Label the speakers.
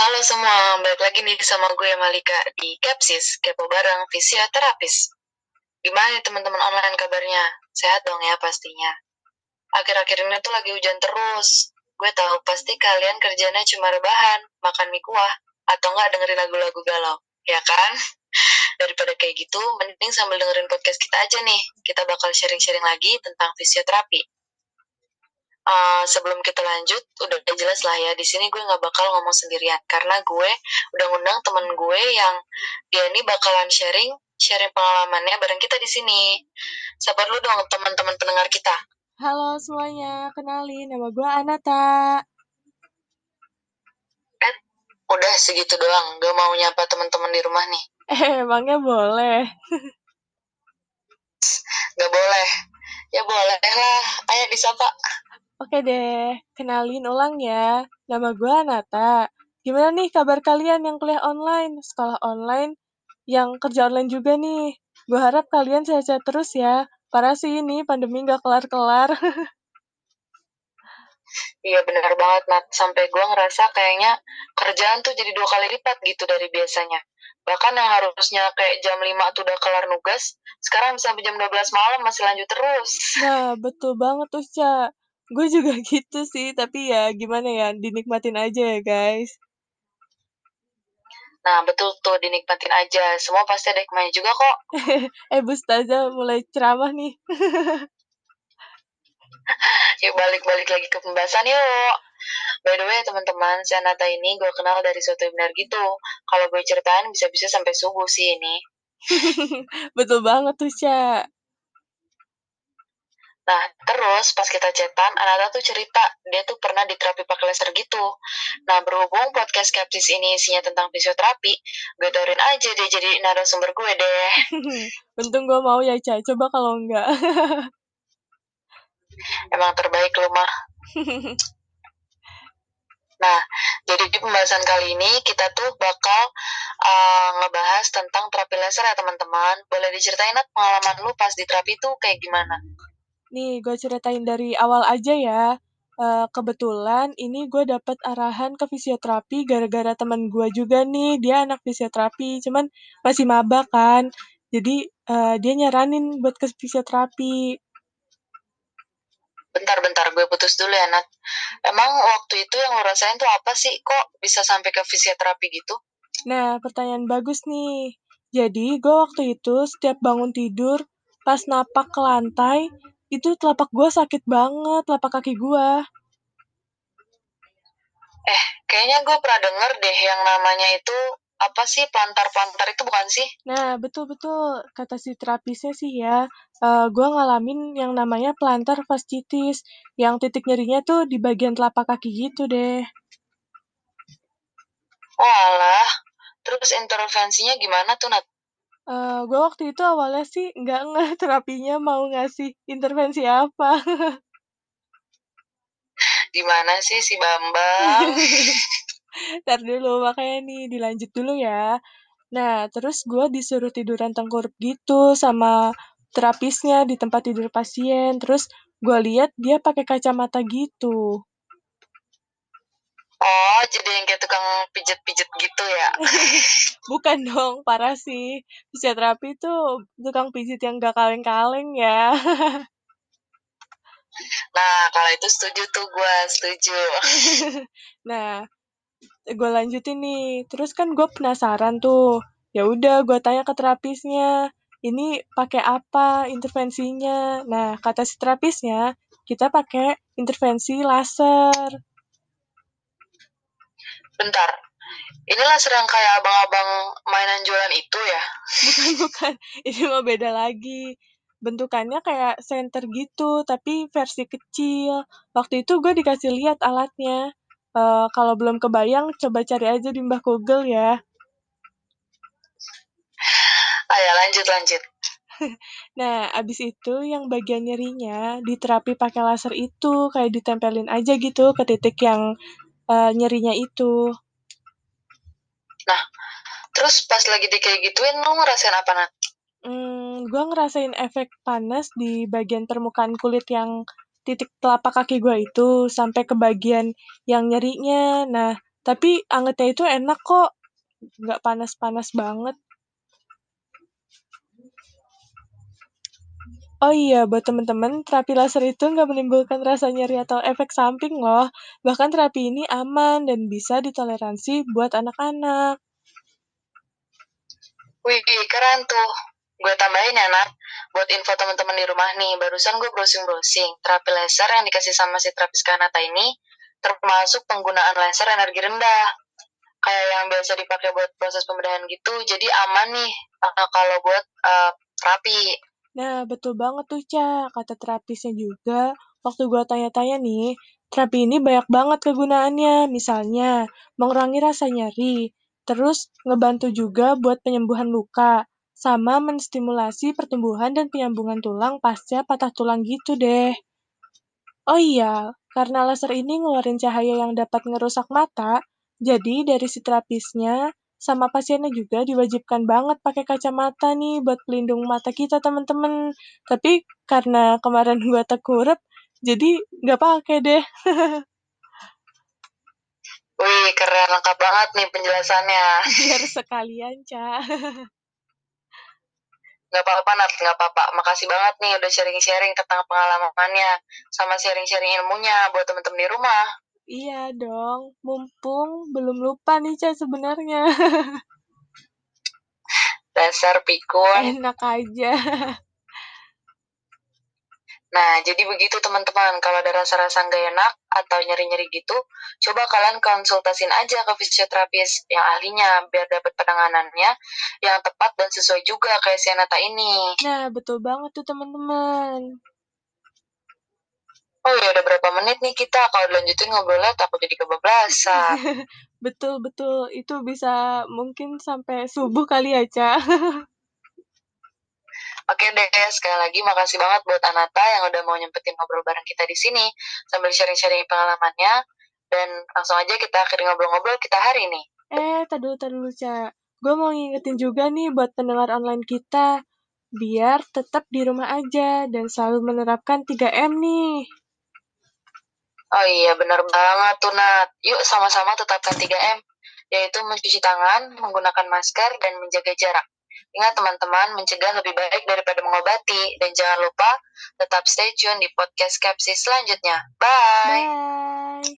Speaker 1: Halo semua, balik lagi nih sama gue Malika di Capsis, Kepo Bareng Fisioterapis. Gimana nih teman-teman online kabarnya? Sehat dong ya pastinya. Akhir-akhir ini tuh lagi hujan terus. Gue tahu pasti kalian kerjanya cuma rebahan, makan mie kuah, atau nggak dengerin lagu-lagu galau. Ya kan? Daripada kayak gitu, mending sambil dengerin podcast kita aja nih. Kita bakal sharing-sharing lagi tentang fisioterapi. Sebelum kita lanjut, udah jelas lah ya, di sini gue nggak bakal ngomong sendirian karena gue udah ngundang temen gue yang dia ini bakalan sharing pengalamannya bareng kita di sini. Sabar lu dong teman-teman pendengar kita.
Speaker 2: Halo semuanya, kenalin nama gue Anata.
Speaker 1: Udah segitu doang, gak mau nyapa teman-teman di rumah nih.
Speaker 2: Emangnya boleh?
Speaker 1: Gak boleh. Ya boleh lah, ayo disapa.
Speaker 2: Oke deh, kenalin ulang ya. Nama gue Anata. Gimana nih kabar kalian yang kuliah online, sekolah online, yang kerja online juga nih? Gue harap kalian sehat-sehat terus ya. Parah sih ini, pandemi gak kelar-kelar.
Speaker 1: Iya benar banget Nat, sampai gue ngerasa kayaknya kerjaan tuh jadi 2 kali lipat gitu dari biasanya. Bahkan yang harusnya kayak jam 5 tuh udah kelar nugas, sekarang bisa sampai jam 12 malam masih lanjut terus.
Speaker 2: Nah, betul banget tuh, Ca. Gue juga gitu sih, tapi ya gimana ya, dinikmatin aja ya guys.
Speaker 1: Nah betul tuh, dinikmatin aja, semua pasti ada hikmahnya juga kok.
Speaker 2: Bu Ustazah mulai ceramah nih.
Speaker 1: Yuk balik-balik lagi ke pembahasan yuk. By the way teman-teman, si Anata ini gue kenal dari suatu webinar gitu. Kalau gue ceritain bisa-bisa sampai subuh sih ini.
Speaker 2: Betul banget tuh, Ca.
Speaker 1: Nah, terus pas kita chatan, Anata tuh cerita, dia tuh pernah diterapi pakai laser gitu. Nah, berhubung podcast Skeptis ini isinya tentang fisioterapi, gue tawarin aja dia jadi narasumber gue deh.
Speaker 2: Untung gue mau ya, Ca. Coba kalau enggak.
Speaker 1: Emang terbaik lu mah. Nah, jadi di pembahasan kali ini kita tuh bakal ngebahas tentang terapi laser ya teman-teman. Boleh diceritain Nat, pengalaman lu pas di terapi tuh kayak gimana?
Speaker 2: Nih, gue ceritain dari awal aja ya. Kebetulan ini gue dapet arahan ke fisioterapi gara-gara teman gue juga nih. Dia anak fisioterapi, cuman masih maba kan. Jadi, dia nyaranin buat ke fisioterapi.
Speaker 1: Bentar-bentar gue putus dulu ya Nat. Emang waktu itu yang lu rasain tuh apa sih? Kok bisa sampai ke fisioterapi gitu?
Speaker 2: Nah, pertanyaan bagus nih. Jadi, gue waktu itu setiap bangun tidur, pas napak ke lantai, itu telapak gue sakit banget, telapak kaki gue.
Speaker 1: Kayaknya gue pernah denger deh yang namanya itu apa sih, plantar-plantar itu bukan sih?
Speaker 2: Nah, betul-betul. Kata si terapisnya sih ya, gue ngalamin yang namanya plantar fasciitis, yang titik nyerinya tuh di bagian telapak kaki gitu deh.
Speaker 1: Walah, terus intervensinya gimana tuh Nat?
Speaker 2: Gue waktu itu awalnya sih nggak ngeh terapinya mau ngasih intervensi apa.
Speaker 1: Gimana sih si Bambang?
Speaker 2: Ntar dulu, makanya nih dilanjut dulu ya. Nah, terus gue disuruh tiduran tengkurap gitu sama terapisnya di tempat tidur pasien. Terus gue lihat dia pakai kacamata gitu.
Speaker 1: Oh, jadi yang kayak tukang pijet-pijet gitu ya?
Speaker 2: Bukan dong, parah sih. Fisioterapi tuh tukang pijit yang gak kaleng-kaleng ya.
Speaker 1: Nah, kalau itu setuju tuh gue, setuju.
Speaker 2: Nah, gue lanjutin nih. Terus kan gue penasaran tuh. Ya udah, gue tanya ke terapisnya. Ini pakai apa intervensinya? Nah, kata si terapisnya, kita pakai intervensi laser.
Speaker 1: Bentar, inilah serang kayak abang-abang mainan jualan itu ya?
Speaker 2: Bukan, bukan. Ini mah beda lagi. Bentukannya kayak senter gitu, tapi versi kecil. Waktu itu gue dikasih lihat alatnya. Kalau belum kebayang, coba cari aja di Mbah Google ya.
Speaker 1: Ayo lanjut.
Speaker 2: Nah, abis itu yang bagian nyerinya di terapi pakai laser itu kayak ditempelin aja gitu ke titik yang nyerinya itu.
Speaker 1: Nah, terus pas lagi di kayak gituin, lu ngerasain apa Nat?
Speaker 2: Gue ngerasain efek panas di bagian permukaan kulit yang titik telapak kaki gue itu sampai ke bagian yang nyerinya. Nah, Tapi angetnya itu enak kok, nggak panas-panas banget. Oh iya, buat teman-teman, terapi laser itu nggak menimbulkan rasa nyeri atau efek samping loh. Bahkan terapi ini aman dan bisa ditoleransi buat anak-anak.
Speaker 1: Wih, keren tuh. Gue tambahin ya, Nat. Buat info teman-teman di rumah nih, barusan gue browsing-browsing. Terapi laser yang dikasih sama si terapis Kanata ini termasuk penggunaan laser energi rendah. Kayak yang biasa dipakai buat proses pembedahan gitu, jadi aman nih kalau buat terapi.
Speaker 2: Nah, betul banget tuh, Ca. Kata terapisnya juga, waktu gua tanya-tanya nih, terapi ini banyak banget kegunaannya. Misalnya, mengurangi rasa nyeri, terus ngebantu juga buat penyembuhan luka, sama menstimulasi pertumbuhan dan penyambungan tulang pasca patah tulang gitu deh. Oh iya, karena laser ini ngeluarin cahaya yang dapat ngerusak mata, jadi dari si terapisnya sama pasiennya juga diwajibkan banget pakai kacamata nih buat pelindung mata kita teman-teman. Tapi karena kemarin gua tekurup, jadi nggak pakai deh.
Speaker 1: Wih, keren, lengkap banget nih penjelasannya.
Speaker 2: Biar sekalian, Ca.
Speaker 1: Gak apa-apa, Nat, gak apa-apa. Makasih banget nih udah sharing-sharing tentang pengalamannya, sama sharing-sharing ilmunya buat temen-temen di rumah.
Speaker 2: Iya dong, mumpung belum lupa nih, Ca, sebenarnya.
Speaker 1: Dasar pikun.
Speaker 2: Enak aja.
Speaker 1: Nah, jadi begitu teman-teman. Kalau ada rasa-rasa nggak enak atau nyeri-nyeri gitu, coba kalian konsultasin aja ke fisioterapis yang ahlinya biar dapat penanganannya yang tepat dan sesuai juga kayak si Anata ini.
Speaker 2: Nah, betul banget tuh teman-teman.
Speaker 1: Oh ya, udah berapa menit nih kita? Kalau dilanjutin ngobrolnya takut jadi kebablasan.
Speaker 2: Betul-betul, itu bisa mungkin sampai subuh kali ya, Ca.
Speaker 1: Oke deh, sekali lagi makasih banget buat Anata yang udah mau nyempetin ngobrol bareng kita di sini sambil sharing-sharing pengalamannya. Dan langsung aja kita akhiri ngobrol-ngobrol kita hari ini.
Speaker 2: Tadi dulu, Ca. Gue mau ngingetin juga nih buat pendengar online kita, biar tetap di rumah aja dan selalu menerapkan 3M nih.
Speaker 1: Oh iya, benar banget tuh, Nat. Yuk sama-sama tetapkan 3M, yaitu mencuci tangan, menggunakan masker, dan menjaga jarak. Ingat teman-teman, mencegah lebih baik daripada mengobati. Dan jangan lupa tetap stay tune di podcast Capsis selanjutnya. Bye!
Speaker 2: Bye!